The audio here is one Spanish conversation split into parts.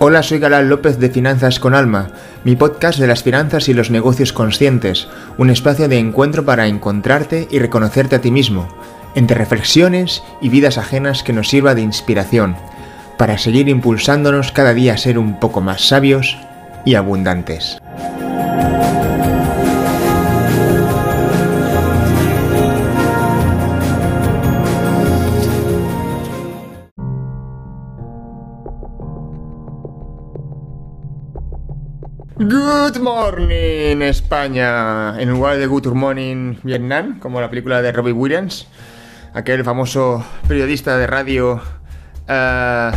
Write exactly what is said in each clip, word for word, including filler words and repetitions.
Hola, soy Galán López de Finanzas con Alma, mi podcast de las finanzas y los negocios conscientes, un espacio de encuentro para encontrarte y reconocerte a ti mismo, entre reflexiones y vidas ajenas que nos sirva de inspiración, para seguir impulsándonos cada día a ser un poco más sabios y abundantes. Good morning, España, en lugar de Good Morning, Vietnam, como la película de Robbie Williams, aquel famoso periodista de radio uh,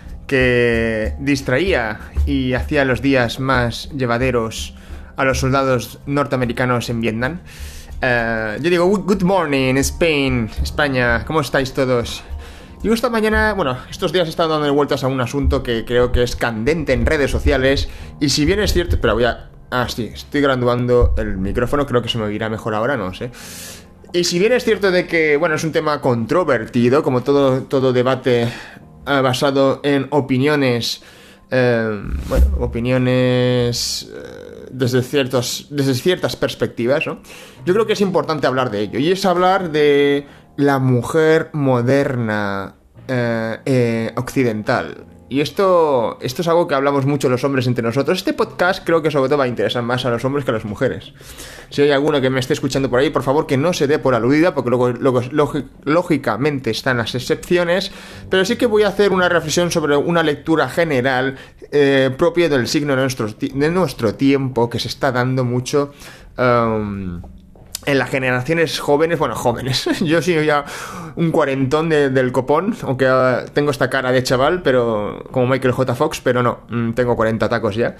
que distraía y hacía los días más llevaderos a los soldados norteamericanos en Vietnam. Uh, yo digo, Good morning, Spain, España, ¿cómo estáis todos? Yo esta mañana, bueno, estos días he estado dando vueltas a un asunto que creo que es candente en redes sociales. Y si bien es cierto... Pero voy a... Ah, sí, estoy graduando el micrófono, creo que se me oirá mejor ahora, no sé. Y si bien es cierto de que, bueno, es un tema controvertido, como todo, todo debate eh, basado en opiniones... Eh, bueno, opiniones... Eh, desde, ciertos, desde ciertas perspectivas, ¿no? Yo creo que es importante hablar de ello. Y es hablar de... la mujer moderna eh, eh, occidental. Y esto, esto es algo que hablamos mucho los hombres entre nosotros. Este podcast creo que sobre todo va a interesar más a los hombres que a las mujeres. Si hay alguno que me esté escuchando por ahí, por favor que no se dé por aludida, porque luego, luego lógic, lógicamente están las excepciones. Pero sí que voy a hacer una reflexión sobre una lectura general eh, propia del signo de nuestro, de nuestro tiempo, que se está dando mucho... Um, en las generaciones jóvenes, bueno, jóvenes, yo soy ya un cuarentón de, del copón, aunque uh, tengo esta cara de chaval, pero como Michael J. Fox, pero no, tengo cuarenta tacos ya.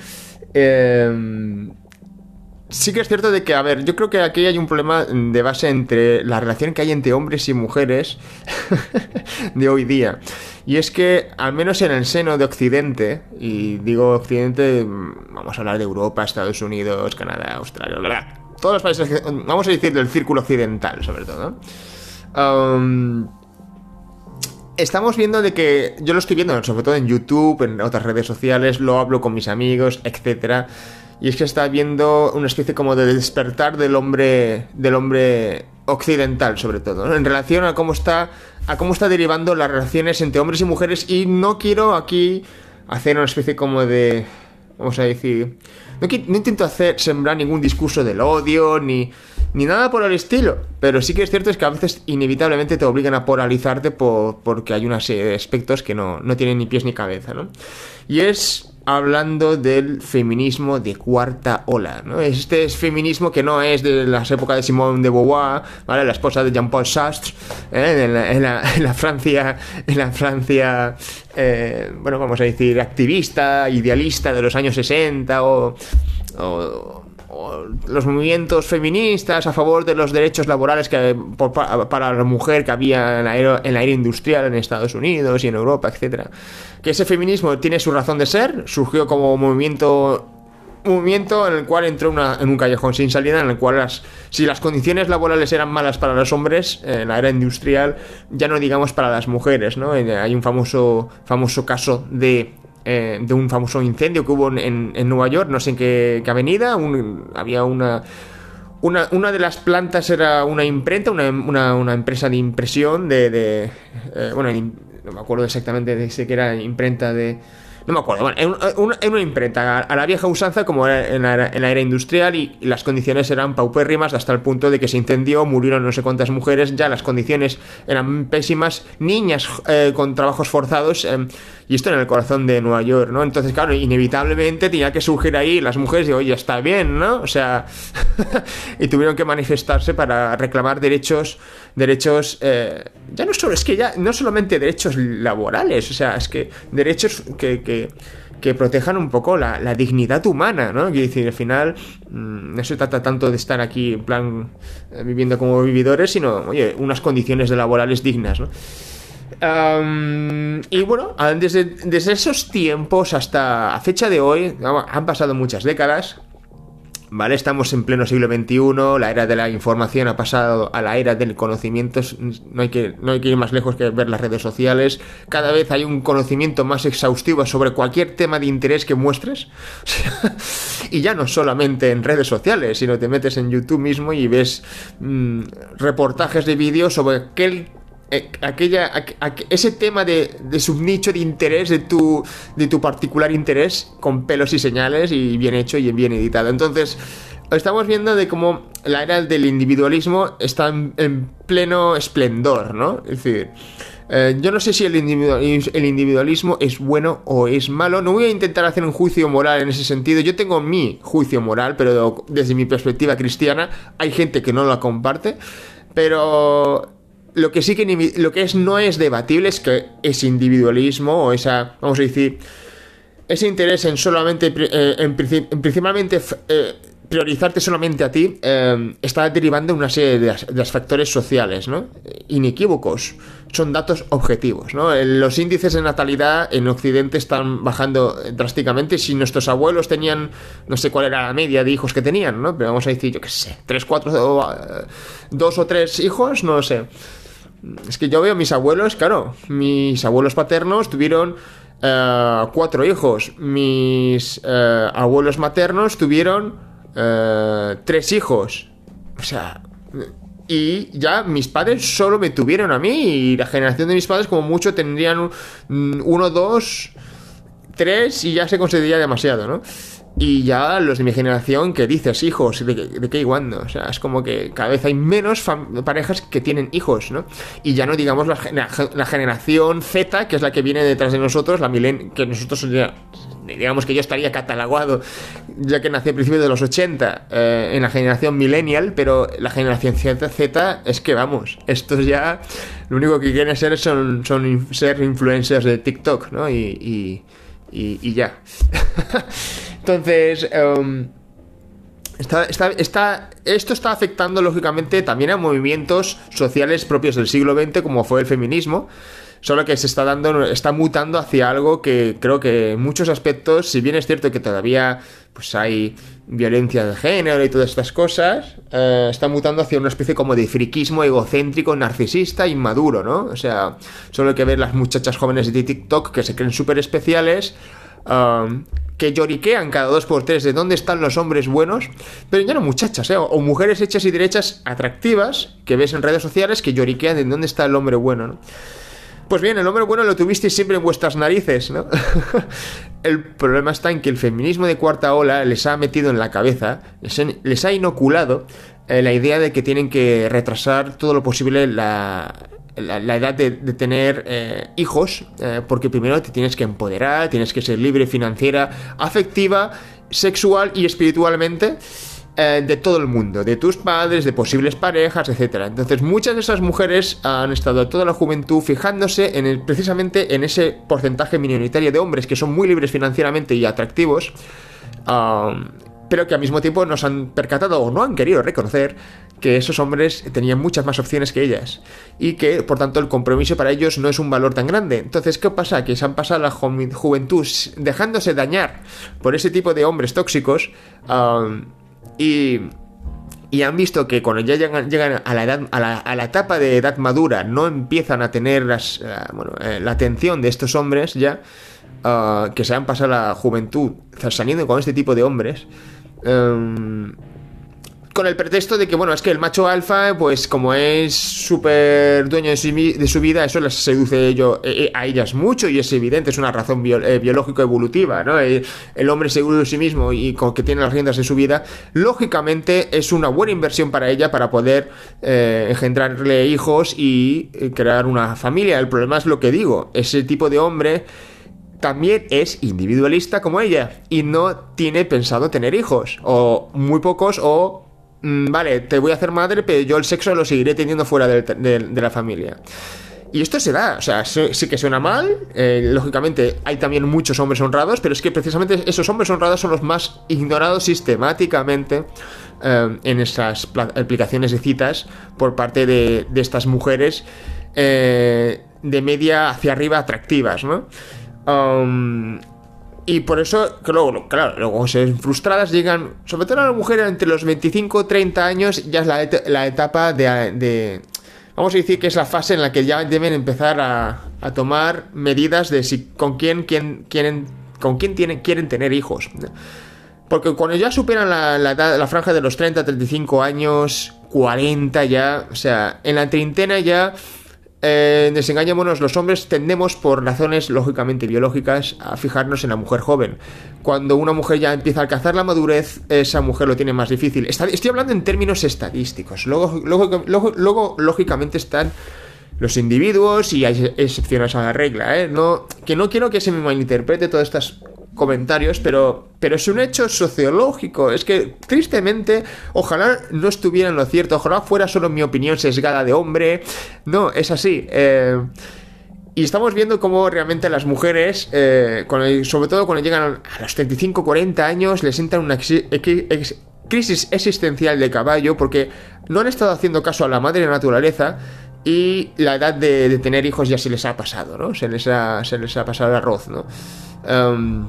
Eh, sí que es cierto de que, a ver, yo creo que aquí hay un problema de base entre la relación que hay entre hombres y mujeres de hoy día. Y es que, al menos en el seno de Occidente, y digo Occidente, vamos a hablar de Europa, Estados Unidos, Canadá, Australia, bla, bla, todos los países, que, vamos a decir del círculo occidental, sobre todo, ¿no? Um, estamos viendo de que, yo lo estoy viendo sobre todo en YouTube, en otras redes sociales, lo hablo con mis amigos, etcétera. Y es que está viendo una especie como de despertar del hombre, del hombre occidental, sobre todo, ¿no? En relación a cómo está, a cómo está derivando las relaciones entre hombres y mujeres. Y no quiero aquí hacer una especie como de, vamos a decir, no, no intento hacer sembrar ningún discurso del odio ni, ni nada por el estilo, pero sí que es cierto es que a veces inevitablemente te obligan a polarizarte por, porque hay una serie de aspectos que no, no tienen ni pies ni cabeza, ¿no? Y es hablando del feminismo de cuarta ola, ¿no? Este es feminismo que no es de las épocas de Simone de Beauvoir, ¿vale? La esposa de Jean-Paul Sartre, ¿eh? en, la, en, la, en la Francia, en la Francia, eh, bueno, vamos a decir, activista, idealista de los años sesenta, o, o, o los movimientos feministas a favor de los derechos laborales que, por, para la mujer que había en la, era, en la era industrial en Estados Unidos y en Europa, etcétera. Que ese feminismo tiene su razón de ser, surgió como movimiento un movimiento en el cual entró una, en un callejón sin salida, en el cual las, si las condiciones laborales eran malas para los hombres en la era industrial, ya no digamos para las mujeres, ¿no? Hay un famoso, famoso caso de, eh, de un famoso incendio que hubo en, en Nueva York, no sé en qué, qué avenida, un, había una... Una, una de las plantas era una imprenta, una, una, una empresa de impresión de... de eh, bueno, no me acuerdo exactamente de si que era imprenta de... No me acuerdo, bueno, en una, en una imprenta a la vieja usanza como era en la, en la era industrial y, y las condiciones eran paupérrimas hasta el punto de que se incendió, murieron no sé cuántas mujeres, ya las condiciones eran pésimas, niñas eh, con trabajos forzados, eh, y esto en el corazón de Nueva York, ¿no? Entonces, claro, inevitablemente tenía que surgir ahí las mujeres y, oye, está bien, ¿no? O sea, y tuvieron que manifestarse para reclamar derechos, derechos, eh, ya no solo, es que ya, no solamente derechos laborales, o sea, es que derechos que, que Que, que protejan un poco la, la dignidad humana, ¿no? Quiero decir, al final mmm, no se trata tanto de estar aquí en plan eh, viviendo como vividores, sino, oye, unas condiciones de laborales dignas, ¿no? Um, y bueno, desde, desde esos tiempos hasta a fecha de hoy, han pasado muchas décadas, ¿vale? Estamos en pleno siglo veintiuno, la era de la información ha pasado a la era del conocimiento, no hay que, no hay que ir más lejos que ver las redes sociales, cada vez hay un conocimiento más exhaustivo sobre cualquier tema de interés que muestres, y ya no solamente en redes sociales, sino te metes en YouTube mismo y ves mmm, reportajes de vídeos sobre aquel aquella aqu, aqu, ese tema de, de subnicho de interés de tu de tu particular interés con pelos y señales y bien hecho y bien editado. Entonces estamos viendo de cómo la era del individualismo está en, en pleno esplendor, ¿no? Es decir, eh, yo no sé si el, individual, el individualismo es bueno o es malo. No voy a intentar hacer un juicio moral en ese sentido. Yo tengo mi juicio moral, pero desde mi perspectiva cristiana. Hay gente que no la comparte, pero lo que sí que lo que es no es debatible es que ese individualismo o esa, vamos a decir, ese interés en solamente eh, en, en principalmente eh, priorizarte solamente a ti eh, está derivando una serie de, de factores sociales, ¿no? Inequívocos, son datos objetivos, ¿no? Los índices de natalidad en Occidente están bajando drásticamente. Si nuestros abuelos tenían, no sé cuál era la media de hijos que tenían, ¿no? Pero vamos a decir, yo qué sé, tres, cuatro, dos o tres hijos, no lo sé. Es que yo veo a mis abuelos, claro, mis abuelos paternos tuvieron uh, cuatro hijos, mis uh, abuelos maternos tuvieron uh, tres hijos, o sea, y ya mis padres solo me tuvieron a mí, y la generación de mis padres como mucho tendrían un, uno, dos, tres, y ya se consideraría demasiado, ¿no? Y ya los de mi generación, ¿qué dices? Hijos, ¿de, de qué y cuándo? O sea, es como que cada vez hay menos parejas que tienen hijos, ¿no? Y ya no digamos la, la, la generación Z, que es la que viene detrás de nosotros, la milen que nosotros ya, digamos que yo estaría catalogado, ya que nací a principios de los ochenta, eh, en la generación millennial, pero la generación Z, Z es que vamos, estos ya lo único que quieren ser son, son ser influencers de TikTok, ¿no? Y, y, y, y ya. Entonces, um, está, está, está, esto está afectando lógicamente también a movimientos sociales propios del siglo veinte, como fue el feminismo, solo que se está dando, está mutando hacia algo que creo que en muchos aspectos, si bien es cierto que todavía pues hay violencia de género y todas estas cosas, eh, está mutando hacia una especie como de friquismo egocéntrico, narcisista, inmaduro, ¿no? O sea, solo hay que ver las muchachas jóvenes de TikTok que se creen súper especiales, Um, que lloriquean cada dos por tres de dónde están los hombres buenos, pero ya no muchachas, ¿eh? o, o mujeres hechas y derechas atractivas que ves en redes sociales que lloriquean de dónde está el hombre bueno, ¿no? Pues bien, el hombre bueno lo tuvisteis siempre en vuestras narices, ¿no? El problema está en que el feminismo de cuarta ola les ha metido en la cabeza, les, les ha inoculado eh, la idea de que tienen que retrasar todo lo posible la... La, la edad de, de tener eh, hijos, eh, porque primero te tienes que empoderar, tienes que ser libre financiera, afectiva, sexual y espiritualmente eh, de todo el mundo, de tus padres, de posibles parejas, etcétera. Entonces muchas de esas mujeres han estado toda la juventud fijándose en el, precisamente en ese porcentaje minoritario de hombres que son muy libres financieramente y atractivos, um, pero que al mismo tiempo nos han percatado o no han querido reconocer que esos hombres tenían muchas más opciones que ellas y que, por tanto, el compromiso para ellos no es un valor tan grande. Entonces, ¿qué pasa? Que se han pasado la ju- juventud dejándose dañar por ese tipo de hombres tóxicos um, y, y han visto que cuando ya llegan, llegan a, la edad, a, la, a la etapa de edad madura no empiezan a tener las, uh, bueno, eh, la atención de estos hombres ya, uh, que se han pasado la juventud saliendo con este tipo de hombres, um, con el pretexto de que, bueno, es que el macho alfa, pues como es súper dueño de su, de su vida, eso les seduce ello, eh, a ellas mucho, y es evidente, es una razón bio, eh, biológico-evolutiva, ¿no? El, el hombre seguro de sí mismo y con que tiene las riendas de su vida, lógicamente es una buena inversión para ella para poder eh, engendrarle hijos y eh, crear una familia. El problema es lo que digo, ese tipo de hombre también es individualista como ella y no tiene pensado tener hijos, o muy pocos, o vale, te voy a hacer madre, pero yo el sexo lo seguiré teniendo fuera de, de, de la familia. Y esto se da, o sea, sí, sí que suena mal, eh, lógicamente hay también muchos hombres honrados, pero es que precisamente esos hombres honrados son los más ignorados sistemáticamente eh, en esas aplicaciones de citas por parte de, de estas mujeres eh, de media hacia arriba atractivas, ¿no? Um, Y por eso, que luego, claro, luego se ven frustradas, llegan, sobre todo a las mujeres entre los veinticinco y treinta años, ya es la, et la etapa de, de, vamos a decir que es la fase en la que ya deben empezar a, a tomar medidas de si con quién, quién quieren, con quién tienen, quieren tener hijos. Porque cuando ya superan la, la, la franja de los treinta, treinta y cinco años, cuarenta ya, o sea, en la treintena ya... Eh, desengañémonos, los hombres tendemos por razones lógicamente biológicas a fijarnos en la mujer joven. Cuando una mujer ya empieza a alcanzar la madurez, esa mujer lo tiene más difícil. Está, estoy hablando en términos estadísticos. Luego, luego, luego, luego lógicamente están los individuos y hay excepciones a la regla, ¿eh? No, que no quiero que se me malinterprete todas estas comentarios, pero, pero es un hecho sociológico. Es que, tristemente, ojalá no estuviera en lo cierto, ojalá fuera solo mi opinión sesgada de hombre. No, es así. Eh, y estamos viendo cómo realmente las mujeres, eh, con el, sobre todo cuando llegan a los treinta y cinco, cuarenta años, les entran una ex, ex, ex, crisis existencial de caballo, porque no han estado haciendo caso a la madre naturaleza y la edad de, de tener hijos ya se les ha pasado, ¿no? Se les ha, se les ha pasado el arroz, ¿no? Um,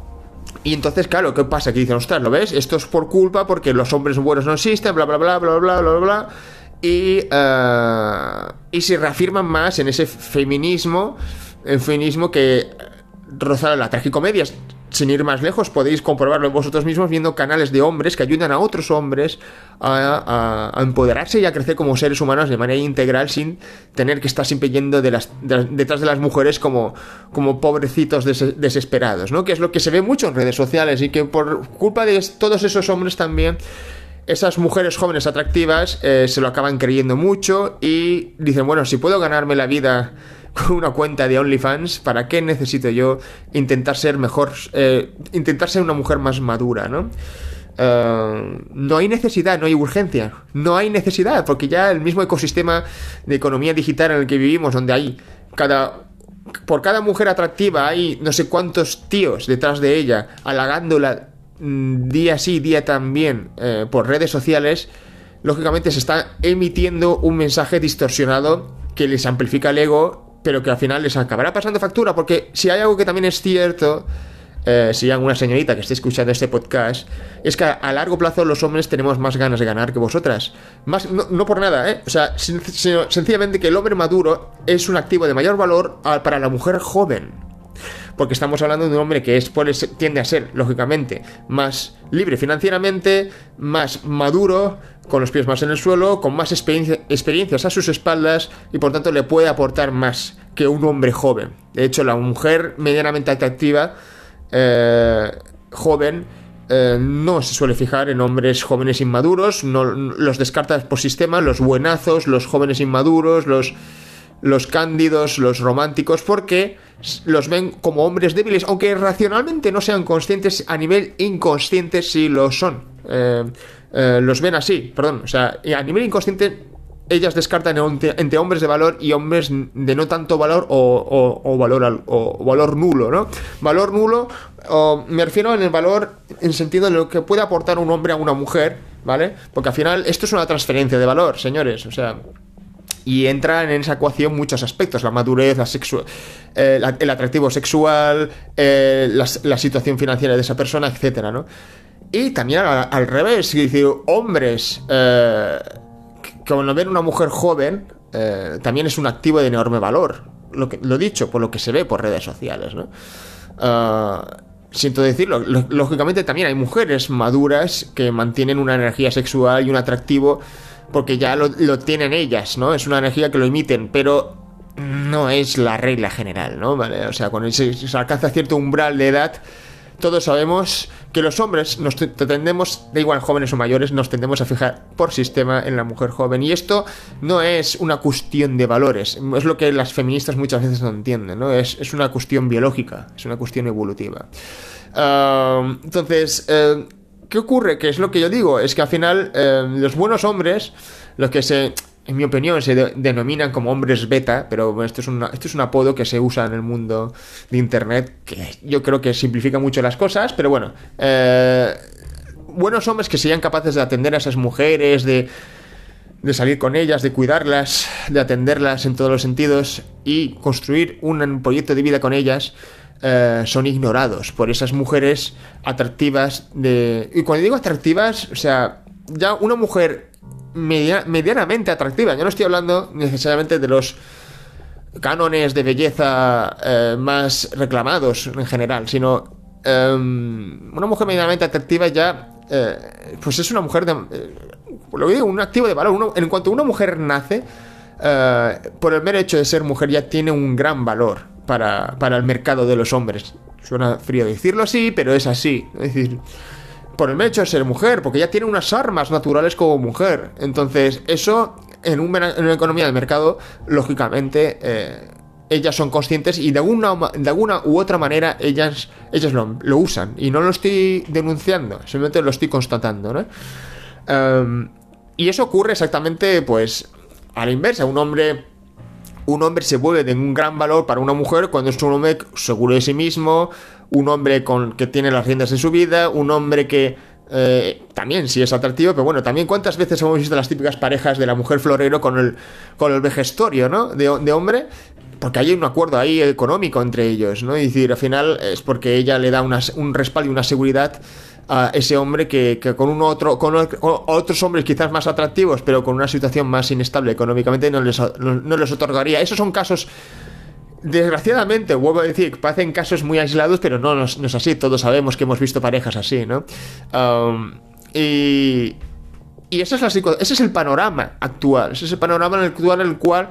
Y entonces, claro, ¿qué pasa? Que dicen, ostras, ¿lo ves? Esto es por culpa porque los hombres buenos no existen, bla, bla, bla, bla, bla, bla, bla, bla. Y, uh, y se reafirman más en ese feminismo, el feminismo que roza la tragicomedia. Sin ir más lejos, podéis comprobarlo vosotros mismos viendo canales de hombres que ayudan a otros hombres a, a, a empoderarse y a crecer como seres humanos de manera integral sin tener que estar siempre yendo de las, de, detrás de las mujeres como, como pobrecitos des, desesperados, ¿no? Que es lo que se ve mucho en redes sociales y que por culpa de todos esos hombres también esas mujeres jóvenes atractivas eh, se lo acaban creyendo mucho y dicen, bueno, si puedo ganarme la vida con una cuenta de OnlyFans, ¿para qué necesito yo intentar ser mejor, eh, intentar ser una mujer más madura, ¿no? Uh, no hay necesidad, no hay urgencia, no hay necesidad, porque ya el mismo ecosistema de economía digital en el que vivimos, donde hay cada... por cada mujer atractiva hay no sé cuántos tíos detrás de ella, halagándola día sí, día también eh, por redes sociales, lógicamente se está emitiendo un mensaje distorsionado que les amplifica el ego, pero que al final les acabará pasando factura, porque si hay algo que también es cierto, eh, si hay alguna señorita que esté escuchando este podcast, es que a, a largo plazo los hombres tenemos más ganas de ganar que vosotras. Más, no, no por nada, ¿eh? O sea, sino sencillamente que el hombre maduro es un activo de mayor valor a, para la mujer joven. Porque estamos hablando de un hombre que es, pues, tiende a ser, lógicamente, más libre financieramente, más maduro, con los pies más en el suelo, con más experiencia, experiencias a sus espaldas y por tanto le puede aportar más que un hombre joven. De hecho, la mujer medianamente atractiva, eh, joven, eh, no se suele fijar en hombres jóvenes inmaduros, no, los descarta por sistema, los buenazos, los jóvenes inmaduros, los... los cándidos, los románticos, porque los ven como hombres débiles, aunque racionalmente no sean conscientes, a nivel inconsciente sí lo son. Eh, eh, los ven así, perdón, o sea, a nivel inconsciente ellas descartan entre hombres de valor y hombres de no tanto valor o, o, o, valor, o, o valor nulo, ¿no? Valor nulo, o, me refiero en el valor en sentido de lo que puede aportar un hombre a una mujer, ¿vale? Porque al final esto es una transferencia de valor, señores, o sea... Y entran en esa ecuación muchos aspectos, la madurez, la sexu eh, la, el atractivo sexual, eh, la, la situación financiera de esa persona, etcétera, ¿no? Y también al, al revés, es decir, hombres eh, que cuando ven una mujer joven, eh, también es un activo de enorme valor, lo, que, lo dicho, por lo que se ve por redes sociales, ¿no? Uh, siento decirlo, lógicamente también hay mujeres maduras que mantienen una energía sexual y un atractivo porque ya lo, lo tienen ellas, ¿no? Es una energía que lo emiten, pero no es la regla general, ¿no? ¿Vale? O sea, cuando se, se alcanza cierto umbral de edad, todos sabemos que los hombres nos tendemos, da igual jóvenes o mayores, nos tendemos a fijar por sistema en la mujer joven. Y esto no es una cuestión de valores, es lo que las feministas muchas veces no entienden, ¿no? Es, es una cuestión biológica, es una cuestión evolutiva. Uh, entonces... Uh, ¿Qué ocurre? Que es lo que yo digo, es que al final eh, los buenos hombres, los que se, en mi opinión, se de denominan como hombres beta, pero esto es, una, esto es un apodo que se usa en el mundo de internet, que yo creo que simplifica mucho las cosas, pero bueno, eh, buenos hombres que sean capaces de atender a esas mujeres, de, de salir con ellas, de cuidarlas, de atenderlas en todos los sentidos y construir un proyecto de vida con ellas. eh, son ignorados por esas mujeres atractivas de... Y cuando digo atractivas, o sea, ya una mujer media, medianamente atractiva, yo no estoy hablando necesariamente de los cánones de belleza eh, más reclamados en general, sino eh, una mujer medianamente atractiva ya, eh, pues es una mujer de... Eh, lo que digo, un activo de valor. Uno, en cuanto una mujer nace, eh, por el mero hecho de ser mujer ya tiene un gran valor para, para el mercado de los hombres. Suena frío decirlo así, pero es así. Es decir, por el mero hecho de ser mujer, porque ya tiene unas armas naturales como mujer. Entonces, eso, en, un, en una economía de mercado, lógicamente, eh, ellas son conscientes y de alguna, de alguna u otra manera ellas, ellas lo, lo usan. Y no lo estoy denunciando, simplemente lo estoy constatando, ¿no? Um, y eso ocurre exactamente, pues, a la inversa. Un hombre, un hombre se vuelve de un gran valor para una mujer cuando es un hombre seguro de sí mismo, un hombre con, que tiene las riendas de su vida, un hombre que eh, también sí es atractivo, pero bueno, también cuántas veces hemos visto las típicas parejas de la mujer florero con el, con el vejestorio, ¿no? De, de hombre, porque hay un acuerdo ahí económico entre ellos, ¿no? Y decir, al final es porque ella le da una, un respaldo y una seguridad a ese hombre que, que con un otro con otros hombres quizás más atractivos pero con una situación más inestable económicamente no les, no, no les otorgaría. Esos son casos, desgraciadamente, vuelvo a decir, parecen casos muy aislados, pero no, no, no es así. Todos sabemos que hemos visto parejas así, ¿no? Um, y y ese es, la, ese es el panorama actual. Ese es el panorama actual en el cual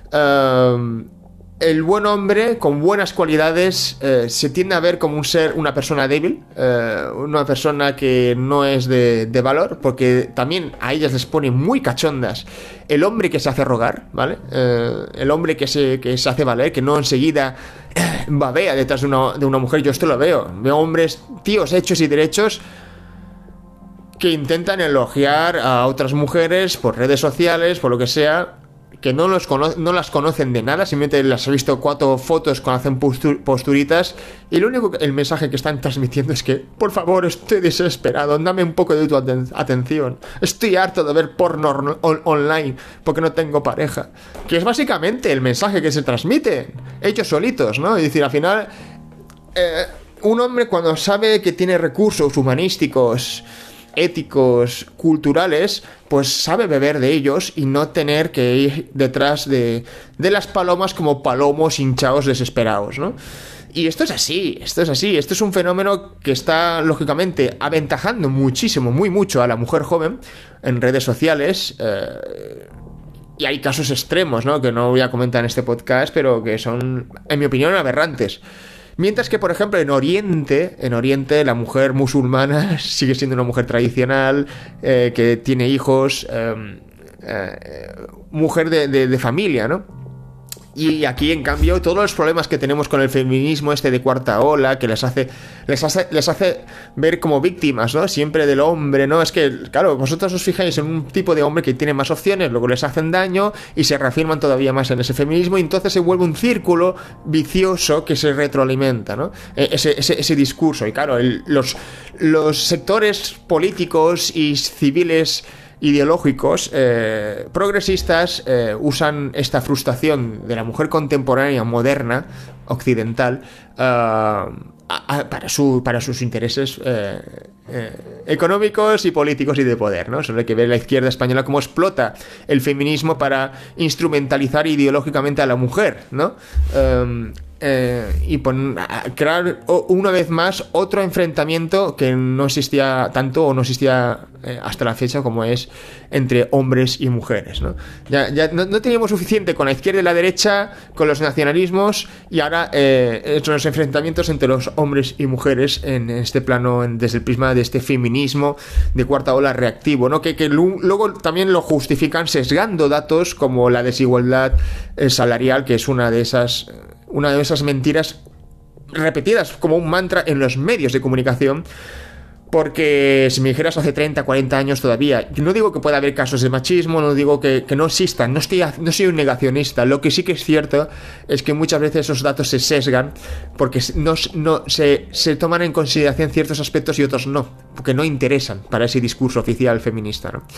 um, el buen hombre con buenas cualidades eh, se tiende a ver como un ser, una persona débil, eh, una persona que no es de, de valor, porque también a ellas les pone muy cachondas el hombre que se hace rogar, ¿vale? Eh, el hombre que se, que se hace valer, que no enseguida eh, babea detrás de una, de una mujer. Yo esto lo veo. Veo hombres, tíos hechos y derechos, que intentan elogiar a otras mujeres por redes sociales, por lo que sea, que no, los cono no las conocen de nada, simplemente las he visto cuatro fotos cuando hacen postur posturitas, y lo único que, el mensaje que están transmitiendo es que, por favor, estoy desesperado, dame un poco de tu aten atención, estoy harto de ver porno on online porque no tengo pareja, que es básicamente el mensaje que se transmite ellos solitos, ¿no? Es decir, al final eh, un hombre cuando sabe que tiene recursos humanísticos, éticos, culturales, pues sabe beber de ellos y no tener que ir detrás de, de las palomas como palomos hinchados desesperados, ¿no? Y esto es así, esto es así, esto es un fenómeno que está, lógicamente, aventajando muchísimo, muy mucho a la mujer joven en redes sociales, eh, y hay casos extremos, ¿no? Que no voy a comentar en este podcast, pero que son, en mi opinión, aberrantes. Mientras que, por ejemplo, en Oriente, en Oriente la mujer musulmana sigue siendo una mujer tradicional, eh, que tiene hijos, eh, eh, mujer de, de, de familia, ¿no? Y aquí, en cambio, todos los problemas que tenemos con el feminismo este de cuarta ola, que les hace, les hace, les hace ver como víctimas, ¿no? Siempre del hombre, ¿no? Es que, claro, vosotros os fijáis en un tipo de hombre que tiene más opciones, luego les hacen daño y se reafirman todavía más en ese feminismo, y entonces se vuelve un círculo vicioso que se retroalimenta, ¿no? Ese, ese, ese discurso. Y claro, el, los, los sectores políticos y civiles ideológicos eh, progresistas eh, usan esta frustración de la mujer contemporánea, moderna, occidental, uh, a, a, para, su, para sus intereses eh, eh, económicos y políticos y de poder, ¿no? Solo hay que ver la izquierda española cómo explota el feminismo para instrumentalizar ideológicamente a la mujer, ¿no? Um, Eh, y pon, a crear o, una vez más otro enfrentamiento que no existía tanto o no existía eh, hasta la fecha como es entre hombres y mujeres, ¿no? Ya, ya no, no teníamos suficiente con la izquierda y la derecha, con los nacionalismos, y ahora eh, los enfrentamientos entre los hombres y mujeres en este plano, en, desde el prisma de este feminismo de cuarta ola reactivo, ¿no? Que, que luego también lo justifican sesgando datos como la desigualdad eh, salarial, que es una de esas una de esas mentiras repetidas como un mantra en los medios de comunicación, porque si me dijeras hace treinta, cuarenta años todavía, no digo que pueda haber casos de machismo, no digo que, que no existan, no, estoy, no soy un negacionista, lo que sí que es cierto es que muchas veces esos datos se sesgan porque no, no, se, se toman en consideración ciertos aspectos y otros no, porque no interesan para ese discurso oficial feminista, ¿no?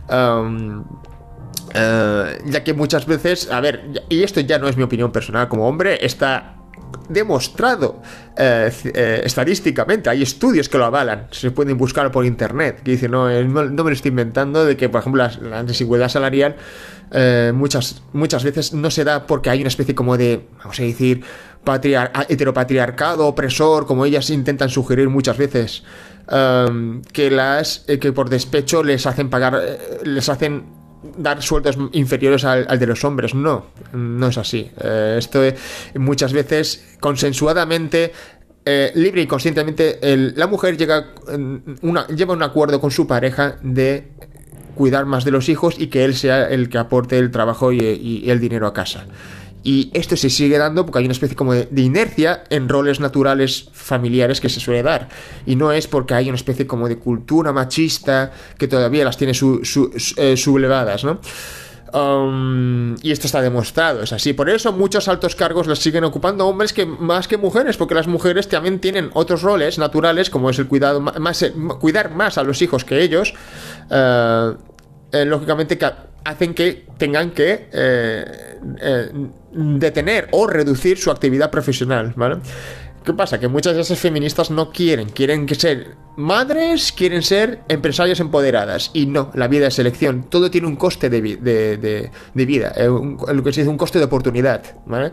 Um, Uh, ya que muchas veces, a ver, y esto ya no es mi opinión personal como hombre, esta demostrado eh, eh, estadísticamente, hay estudios que lo avalan, se pueden buscar por internet, que dicen, no, no, no me lo estoy inventando, de que por ejemplo la, la desigualdad salarial eh, muchas, muchas veces no se da porque hay una especie como de, vamos a decir, patriar heteropatriarcado opresor, como ellas intentan sugerir muchas veces, um, que las eh, que por despecho les hacen pagar, eh, les hacen dar sueldos inferiores al, al de los hombres. No, no es así. Eh, esto es, muchas veces consensuadamente, eh, libre y conscientemente, el, la mujer llega una, lleva un acuerdo con su pareja de cuidar más de los hijos y que él sea el que aporte el trabajo y, y, y el dinero a casa. Y esto se sigue dando porque hay una especie como de, de inercia en roles naturales familiares que se suele dar. Y no es porque hay una especie como de cultura machista que todavía las tiene su, su, su, eh, sublevadas, ¿no? Um, y esto está demostrado, es así. Por eso muchos altos cargos los siguen ocupando hombres que, más que mujeres, porque las mujeres también tienen otros roles naturales, como es el cuidado más, eh, cuidar más a los hijos que ellos. Uh, eh, lógicamente que hacen que tengan que eh, eh, detener o reducir su actividad profesional, ¿vale? ¿Qué pasa? Que muchas de esas feministas no quieren, quieren que ser madres, quieren ser empresarias empoderadas, y no, la vida es elección, todo tiene un coste de, vi de, de, de vida, eh, un, lo que se dice un coste de oportunidad, ¿vale?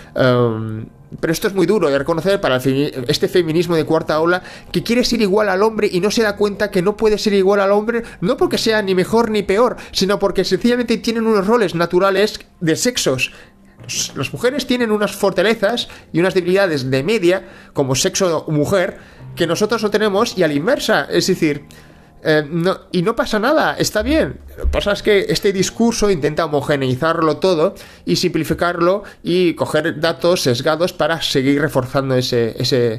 Um, pero esto es muy duro de reconocer para el este feminismo de cuarta ola, que quiere ser igual al hombre y no se da cuenta que no puede ser igual al hombre, no porque sea ni mejor ni peor, sino porque sencillamente tienen unos roles naturales de sexos. Las mujeres tienen unas fortalezas y unas debilidades de media, como sexo mujer, que nosotros no tenemos, y a la inversa, es decir, eh, no, y no pasa nada, está bien. Lo que pasa es que este discurso intenta homogeneizarlo todo y simplificarlo y coger datos sesgados para seguir reforzando ese, ese,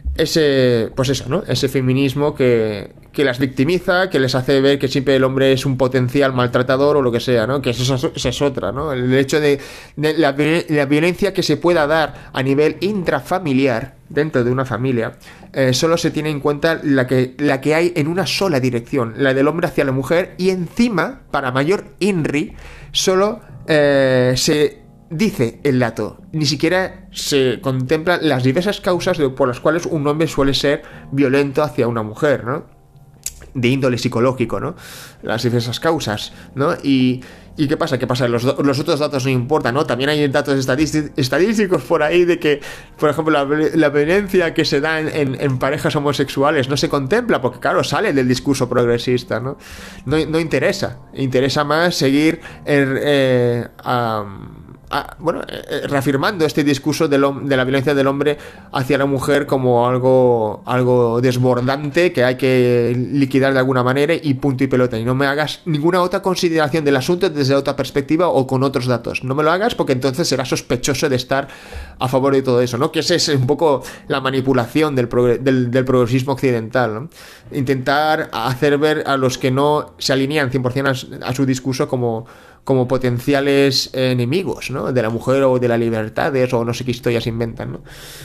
ese, pues eso, ¿no? Ese feminismo que, que las victimiza, que les hace ver que siempre el hombre es un potencial maltratador o lo que sea, ¿no? Que eso, eso es otra, ¿no? El hecho de, de la, la violencia que se pueda dar a nivel intrafamiliar dentro de una familia, eh, solo se tiene en cuenta la que, la que hay en una sola dirección, la del hombre hacia la mujer, y encima, para mayor inri, solo eh, se dice el dato, ni siquiera se contemplan las diversas causas de, por las cuales un hombre suele ser violento hacia una mujer, ¿no? De índole psicológico, ¿no? Las diversas causas, ¿no? Y, ¿y qué pasa? ¿Qué pasa? Los, los otros datos no importan, ¿no? También hay datos estadísticos por ahí de que, por ejemplo, la, la violencia que se da en, en, en parejas homosexuales no se contempla porque, claro, sale del discurso progresista, ¿no? No, no interesa. Interesa más seguir eh, eh, um, Ah, bueno, eh, reafirmando este discurso de, lo, de la violencia del hombre hacia la mujer como algo, algo desbordante que hay que liquidar de alguna manera y punto y pelota. Y no me hagas ninguna otra consideración del asunto desde otra perspectiva o con otros datos. No me lo hagas porque entonces serás sospechoso de estar a favor de todo eso, ¿no? Que esa es un poco la manipulación del, del, del progresismo occidental, ¿no? Intentar hacer ver a los que no se alinean cien por ciento a, a su discurso como... como potenciales enemigos, ¿no? De la mujer o de las libertades o no sé qué historias inventan, ¿no?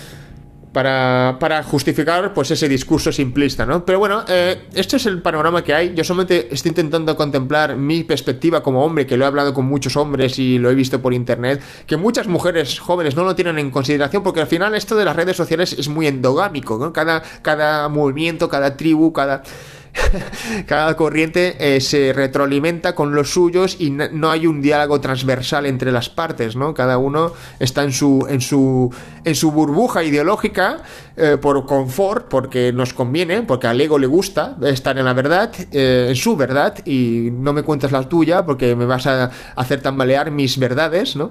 Para, para justificar pues ese discurso simplista, ¿no? Pero bueno, eh, este es el panorama que hay. Yo solamente estoy intentando contemplar mi perspectiva como hombre, que lo he hablado con muchos hombres y lo he visto por internet, que muchas mujeres jóvenes no lo tienen en consideración, porque al final esto de las redes sociales es muy endogámico, ¿no? Cada, cada movimiento, cada tribu, cada... cada corriente eh, se retroalimenta con los suyos y no hay un diálogo transversal entre las partes, ¿no? Cada uno está en su en su en su burbuja ideológica eh, por confort, porque nos conviene, porque al ego le gusta estar en la verdad, eh, en su verdad, y no me cuentas la tuya porque me vas a hacer tambalear mis verdades, ¿no?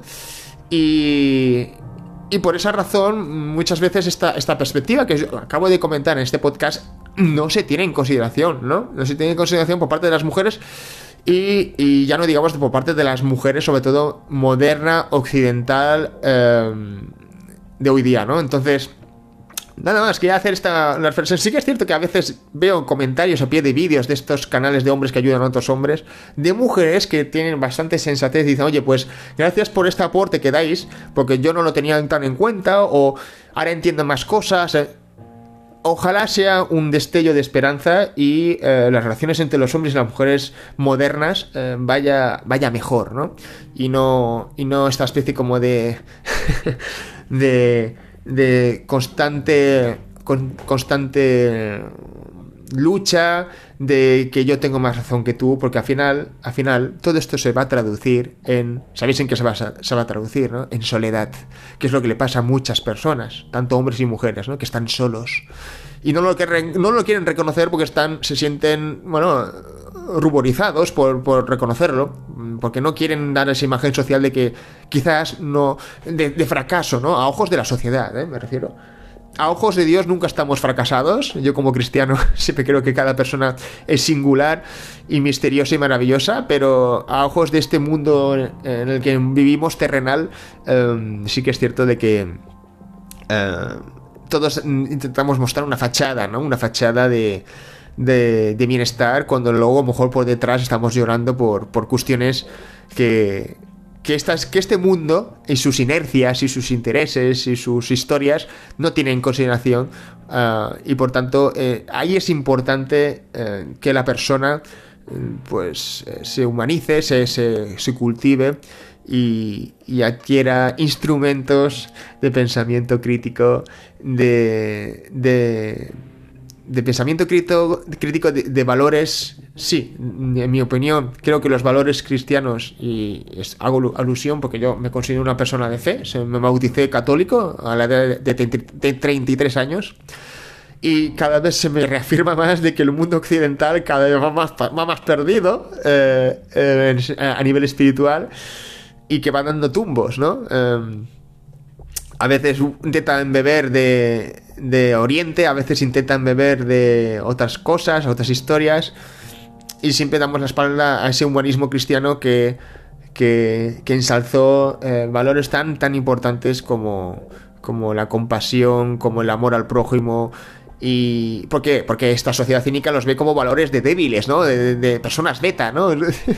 Y Y por esa razón, muchas veces esta, esta perspectiva que yo acabo de comentar en este podcast no se tiene en consideración, ¿no? No se tiene en consideración por parte de las mujeres y, y ya no digamos por parte de las mujeres, sobre todo moderna, occidental, eh, de hoy día, ¿no? Entonces... nada más, quería hacer esta reflexión. Sí que es cierto que a veces veo comentarios a pie de vídeos de estos canales de hombres que ayudan a otros hombres, de mujeres que tienen bastante sensatez y dicen, oye, pues gracias por este aporte que dais, porque yo no lo tenía tan en cuenta, o ahora entiendo más cosas. Ojalá sea un destello de esperanza y eh, las relaciones entre los hombres y las mujeres modernas eh, vaya, vaya mejor, ¿no? Y no, y no esta especie como de... de de constante, con, constante lucha, de que yo tengo más razón que tú, porque al final, al final todo esto se va a traducir en, ¿sabéis en qué se va, a, se va a traducir, ¿no? En soledad, que es lo que le pasa a muchas personas, tanto hombres y mujeres, ¿no? Que están solos y no lo, que, no lo quieren reconocer porque están, se sienten, bueno, ruborizados por, por reconocerlo, porque no quieren dar esa imagen social de que quizás no, de, de fracaso, ¿no? A ojos de la sociedad, ¿eh? Me refiero. A ojos de Dios nunca estamos fracasados. Yo como cristiano siempre creo que cada persona es singular y misteriosa y maravillosa, pero a ojos de este mundo en el que vivimos terrenal, eh, sí que es cierto de que eh, todos intentamos mostrar una fachada, ¿no? Una fachada de, de, de bienestar, cuando luego a lo mejor por detrás estamos llorando por, por cuestiones que... Que, estas, que este mundo y sus inercias y sus intereses y sus historias no tienen en consideración, uh, y por tanto eh, ahí es importante eh, que la persona pues eh, se humanice, se, se, se cultive y, y adquiera instrumentos de pensamiento crítico, de, de, de pensamiento crítico, crítico de, de valores. Sí, en mi opinión, creo que los valores cristianos, y hago alusión porque yo me considero una persona de fe, me bauticé católico a la edad de treinta y tres años, y cada vez se me reafirma más de que el mundo occidental cada vez va más, va más perdido eh, eh, a nivel espiritual, y que va dando tumbos, ¿no? Eh, a veces intentan beber de, de Oriente, a veces intentan beber de otras cosas, otras historias, y siempre damos la espalda a ese humanismo cristiano que, que, que ensalzó eh, valores tan, tan importantes como, como la compasión, como el amor al prójimo. ¿Y por qué? Porque esta sociedad cínica los ve como valores de débiles, ¿no? De, de, de personas beta, ¿no?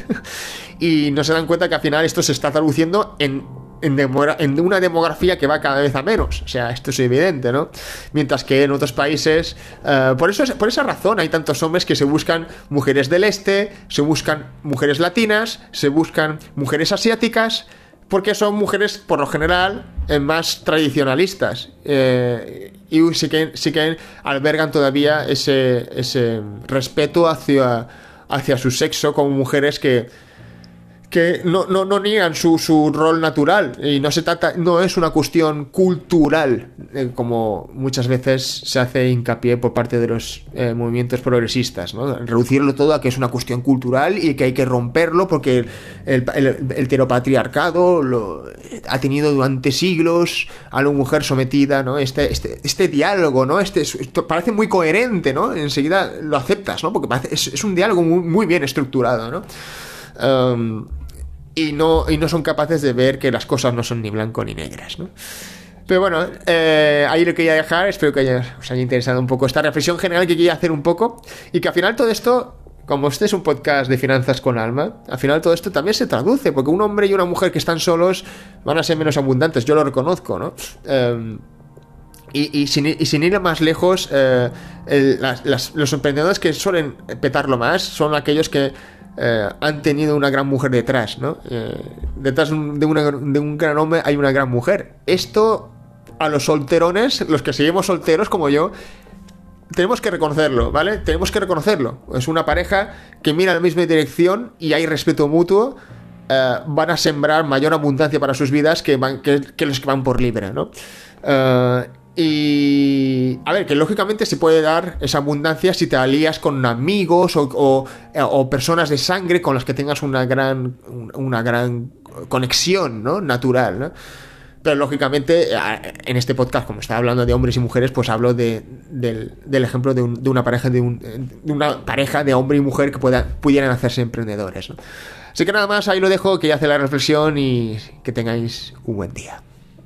Y no se dan cuenta que al final esto se está traduciendo en, en, demora, en una demografía que va cada vez a menos. O sea, esto es evidente, ¿no? Mientras que en otros países... Uh, por, eso, por esa razón hay tantos hombres que se buscan mujeres del este, se buscan mujeres latinas, se buscan mujeres asiáticas, porque son mujeres, por lo general, eh, más tradicionalistas. Eh, y sí que, sí que albergan todavía ese, ese respeto hacia, hacia su sexo, como mujeres que, que no, no, no niegan su, su rol natural. Y no se trata, no es una cuestión cultural, eh, como muchas veces se hace hincapié por parte de los eh, movimientos progresistas, ¿no? Reducirlo todo a que es una cuestión cultural y que hay que romperlo porque el, el, el heteropatriarcado lo, ha tenido durante siglos a la mujer sometida, ¿no? Este, este, este diálogo, ¿no? Este, esto parece muy coherente, ¿no? Enseguida lo aceptas, ¿no? Porque parece, es, es un diálogo muy, muy bien estructurado, ¿no? Um, y no y no son capaces de ver que las cosas no son ni blanco ni negras, ¿no? Pero bueno, eh, ahí lo quería dejar. Espero que haya, os haya interesado un poco esta reflexión general que quería hacer un poco, y que al final todo esto, como este es un podcast de finanzas con alma, al final todo esto también se traduce, porque un hombre y una mujer que están solos van a ser menos abundantes, yo lo reconozco, ¿no? Eh, Y, y, sin, y sin ir más lejos, eh, el, las, las, los emprendedores que suelen petarlo más son aquellos que eh, han tenido una gran mujer detrás, ¿no? Eh, detrás de, una, de un gran hombre hay una gran mujer. Esto a los solterones, los que seguimos solteros como yo, tenemos que reconocerlo, ¿vale? Tenemos que reconocerlo. Es una pareja que mira en la misma dirección y hay respeto mutuo. Eh, van a sembrar mayor abundancia para sus vidas que, van, que, que los que van por libre, ¿no? Eh, Y a ver, que lógicamente se puede dar esa abundancia si te alías con amigos o, o, o personas de sangre con las que tengas una gran, una gran conexión, ¿no? Natural, ¿no? Pero lógicamente en este podcast, como está hablando de hombres y mujeres, pues hablo de, de, del ejemplo de, un, de una pareja de, un, de una pareja de hombre y mujer que pueda, pudieran hacerse emprendedores, ¿no? Así que nada más, ahí lo dejo, que ya hace la reflexión y que tengáis un buen día.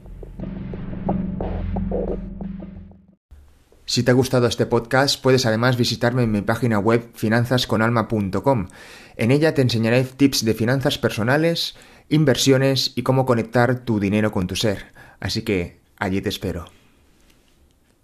Si te ha gustado este podcast, puedes además visitarme en mi página web finanzas con alma punto com. En ella te enseñaré tips de finanzas personales, inversiones y cómo conectar tu dinero con tu ser. Así que allí te espero.